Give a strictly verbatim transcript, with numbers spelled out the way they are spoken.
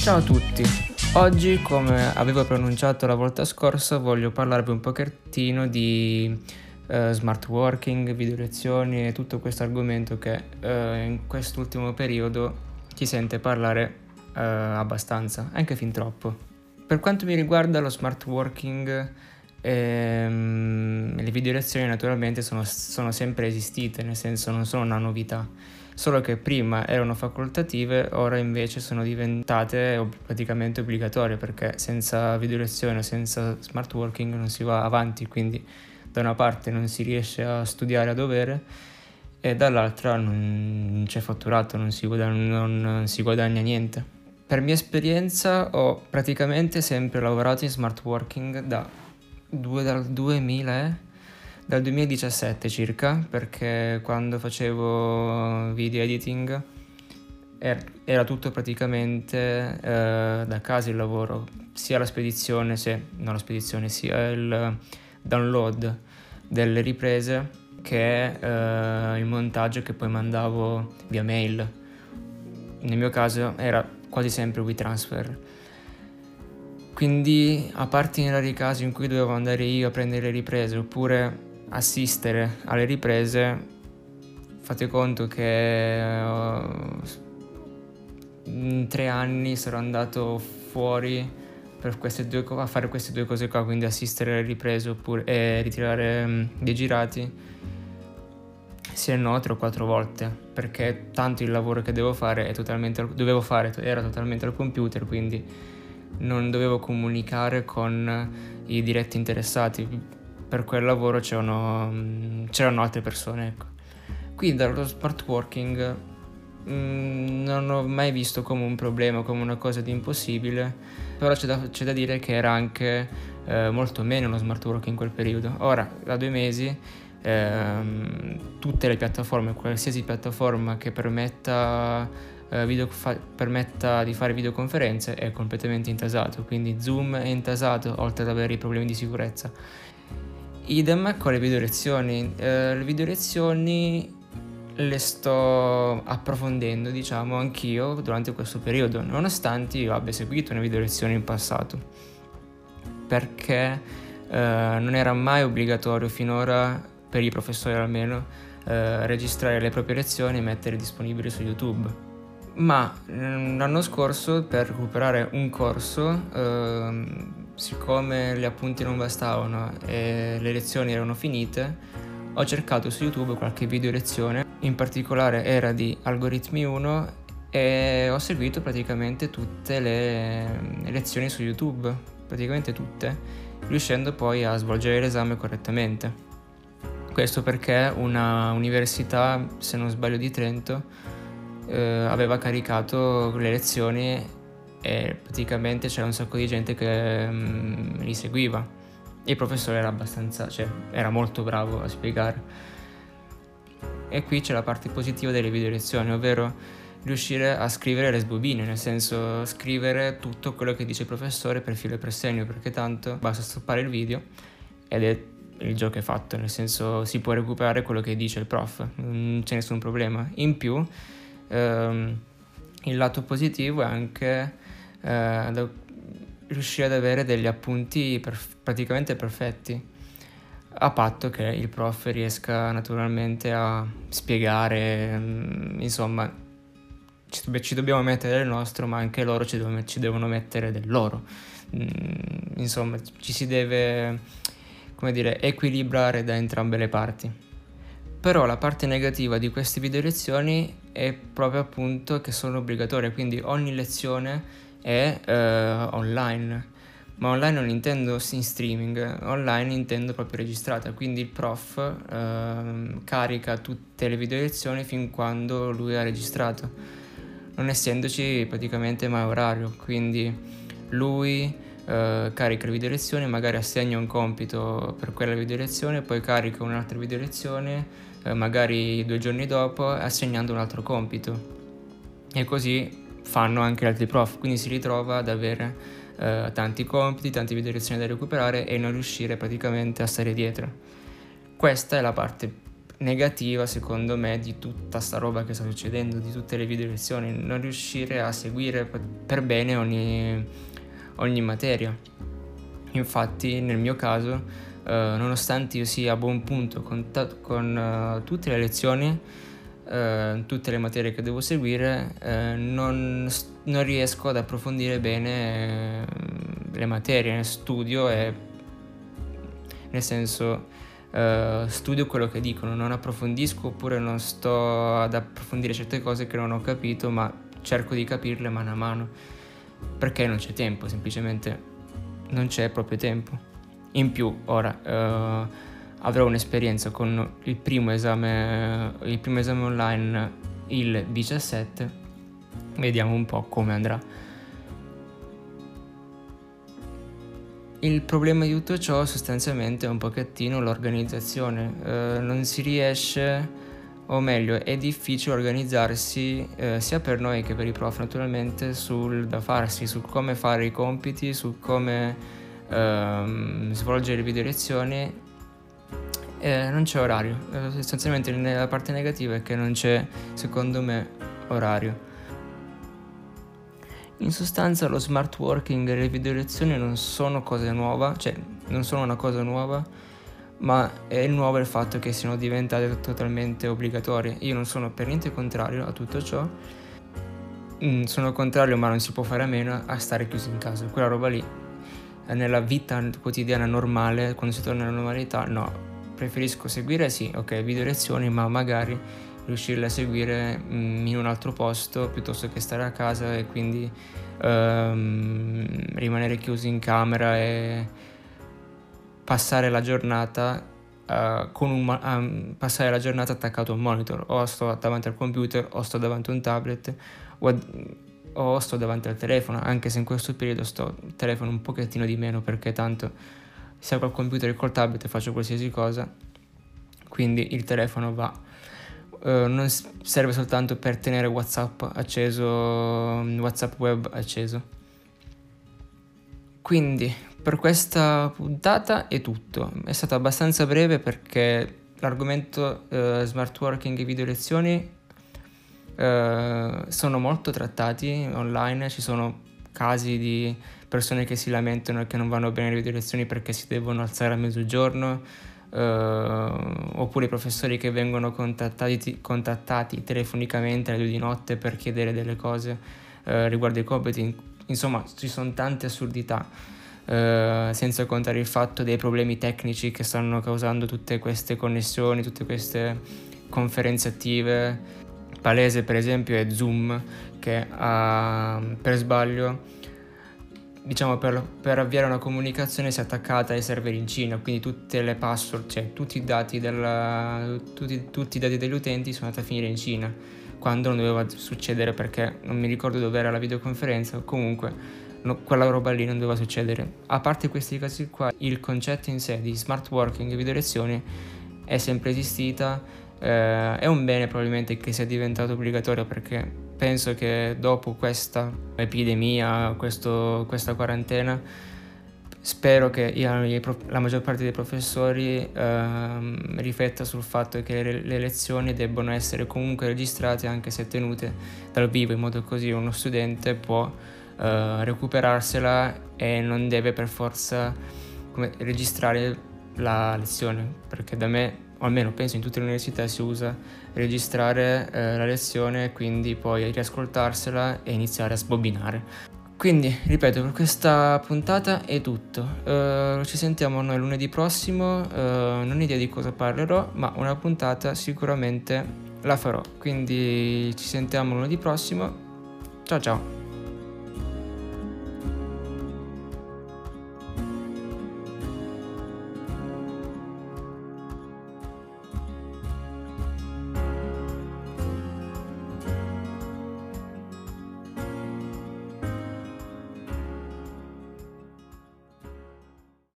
Ciao a tutti, oggi come avevo pronunciato la volta scorsa voglio parlarvi un pochettino di eh, smart working, video lezioni e tutto questo argomento che eh, in quest'ultimo periodo si sente parlare eh, abbastanza, anche fin troppo. Per quanto mi riguarda lo smart working, ehm, le video lezioni naturalmente sono, sono sempre esistite, nel senso non sono una novità. Solo che prima erano facoltative, ora invece sono diventate ob- praticamente obbligatorie, perché senza video lezione o senza smart working non si va avanti, quindi da una parte non si riesce a studiare a dovere e dall'altra non c'è fatturato, non si guadagna, non si guadagna niente. Per mia esperienza ho praticamente sempre lavorato in smart working da due, dal duemila, eh? dal duemiladiciassette circa, perché quando facevo video editing er- era tutto praticamente eh, da casa il lavoro, sia la spedizione, se, non la spedizione, sia il download delle riprese che eh, il montaggio che poi mandavo via mail. Nel mio caso era quasi sempre WeTransfer. Quindi, a parte in rari casi in cui dovevo andare io a prendere le riprese oppure assistere alle riprese, fate conto che uh, in tre anni sarò andato fuori per queste due co- a fare queste due cose qua, quindi assistere alle riprese oppure e ritirare um, dei girati sia no tre o quattro volte, perché tanto il lavoro che devo fare è totalmente al- dovevo fare era totalmente al computer, quindi non dovevo comunicare con i diretti interessati. Per quel lavoro c'erano, c'erano altre persone, ecco. Qui dallo smart working mh, non ho mai visto come un problema, come una cosa di impossibile, però c'è da, c'è da dire che era anche eh, molto meno lo smart working in quel periodo. Ora, da due mesi, ehm, tutte le piattaforme, qualsiasi piattaforma che permetta, eh, video, fa, permetta di fare videoconferenze è completamente intasato, quindi Zoom è intasato, oltre ad avere i problemi di sicurezza. Idem con le video lezioni. Eh, le video lezioni le sto approfondendo, diciamo, anch'io durante questo periodo, nonostante io abbia seguito una video lezione in passato, perché eh, non era mai obbligatorio finora, per i professori almeno, eh, registrare le proprie lezioni e mettere disponibili su YouTube. Ma l'anno scorso, per recuperare un corso, ehm, siccome gli appunti non bastavano e le lezioni erano finite, ho cercato su YouTube qualche video lezione, in particolare era di Algoritmi uno, e ho seguito praticamente tutte le lezioni su YouTube, praticamente tutte, riuscendo poi a svolgere l'esame correttamente. Questo perché una università, se non sbaglio di Trento, eh, aveva caricato le lezioni e praticamente c'era un sacco di gente che mh, li seguiva. Il professore era abbastanza, cioè era molto bravo a spiegare. E qui c'è la parte positiva delle video lezioni, ovvero riuscire a scrivere le sbobine, nel senso scrivere tutto quello che dice il professore per filo e per segno, perché tanto basta stoppare il video ed è il gioco è fatto, nel senso si può recuperare quello che dice il prof, non c'è nessun problema. In più ehm, il lato positivo è anche eh, da riuscire ad avere degli appunti perf- praticamente perfetti, a patto che il prof riesca naturalmente a spiegare, mh, insomma ci, ci dobbiamo mettere del nostro, ma anche loro ci, devono, ci devono mettere del loro, mh, insomma ci si deve, come dire, equilibrare da entrambe le parti. Però la parte negativa di queste video lezioni è proprio appunto che sono obbligatorie, quindi ogni lezione è eh, online, ma online non intendo in streaming, online intendo proprio registrata, quindi il prof eh, carica tutte le video lezioni fin quando lui ha registrato, non essendoci praticamente mai orario, quindi lui eh, carica le video lezioni, magari assegna un compito per quella video lezione, poi carica un'altra video lezione eh, magari due giorni dopo assegnando un altro compito, e così fanno anche altri prof, quindi si ritrova ad avere eh, tanti compiti, tante video lezioni da recuperare e non riuscire praticamente a stare dietro. Questa è la parte negativa secondo me di tutta sta roba che sta succedendo, di tutte le video lezioni, non riuscire a seguire per bene ogni, ogni materia. Infatti nel mio caso, eh, nonostante io sia a buon punto con, ta- con uh, tutte le lezioni, uh, tutte le materie che devo seguire, uh, non, non riesco ad approfondire bene uh, le materie, studio e nel senso uh, studio quello che dicono, non approfondisco oppure non sto ad approfondire certe cose che non ho capito, ma cerco di capirle mano a mano, perché non c'è tempo, semplicemente non c'è proprio tempo. In più ora uh, avrò un'esperienza con il primo esame il primo esame online il diciassette, vediamo un po' come andrà. Il problema di tutto ciò sostanzialmente è un pochettino l'organizzazione, uh, non si riesce, o meglio è difficile organizzarsi uh, sia per noi che per i prof naturalmente sul da farsi, su come fare i compiti, su come Uh, svolgere le video lezioni. Eh, non c'è orario, eh, sostanzialmente la parte negativa è che non c'è secondo me orario. In sostanza lo smart working e le video lezioni non sono cose nuove, cioè non sono una cosa nuova, ma è nuovo il fatto che siano diventate totalmente obbligatorie. Io non sono per niente contrario a tutto ciò, mm, sono contrario, ma non si può fare a meno a stare chiusi in casa, quella roba lì nella vita quotidiana normale, quando si torna alla normalità, no, preferisco seguire sì, ok, video lezioni, ma magari riuscirle a seguire mh, in un altro posto piuttosto che stare a casa e quindi um, rimanere chiusi in camera e passare la giornata uh, con un um, passare la giornata attaccato a un monitor, o sto davanti al computer o sto davanti a un tablet o ad, o sto davanti al telefono, anche se in questo periodo sto al telefono un pochettino di meno perché tanto sia col computer che col tablet faccio qualsiasi cosa, quindi il telefono va. Uh, non serve soltanto per tenere WhatsApp acceso, WhatsApp web acceso. Quindi per questa puntata è tutto, è stata abbastanza breve perché l'argomento uh, smart working e video lezioni Uh, sono molto trattati online, ci sono casi di persone che si lamentano che non vanno bene le video lezioni perché si devono alzare a mezzogiorno, uh, oppure i professori che vengono contattati, contattati telefonicamente alle due di notte per chiedere delle cose uh, riguardo i compiti. Insomma, ci sono tante assurdità, uh, senza contare il fatto dei problemi tecnici che stanno causando tutte queste connessioni, tutte queste conferenze attive. Palese per esempio è Zoom che ha, per sbaglio, diciamo per, per avviare una comunicazione si è attaccata ai server in Cina, quindi tutte le password, cioè tutti i dati della, tutti, tutti i dati degli utenti sono andati a finire in Cina, quando non doveva succedere perché non mi ricordo dove era la videoconferenza, comunque no, quella roba lì non doveva succedere. A parte questi casi qua, il concetto in sé di smart working e video lezioni è sempre esistita. Eh, è un bene probabilmente che sia diventato obbligatorio perché penso che dopo questa epidemia, questo, questa quarantena, spero che la maggior parte dei professori eh, rifletta sul fatto che le, le lezioni debbono essere comunque registrate anche se tenute dal vivo, in modo così uno studente può eh, recuperarsela e non deve per forza come, registrare la lezione, perché da me, o almeno penso in tutte le università, si usa registrare eh, la lezione, quindi poi riascoltarsela e iniziare a sbobinare. Quindi, ripeto, per questa puntata è tutto. Uh, ci sentiamo noi lunedì prossimo, uh, non ho idea di cosa parlerò, ma una puntata sicuramente la farò. Quindi ci sentiamo lunedì prossimo. Ciao ciao!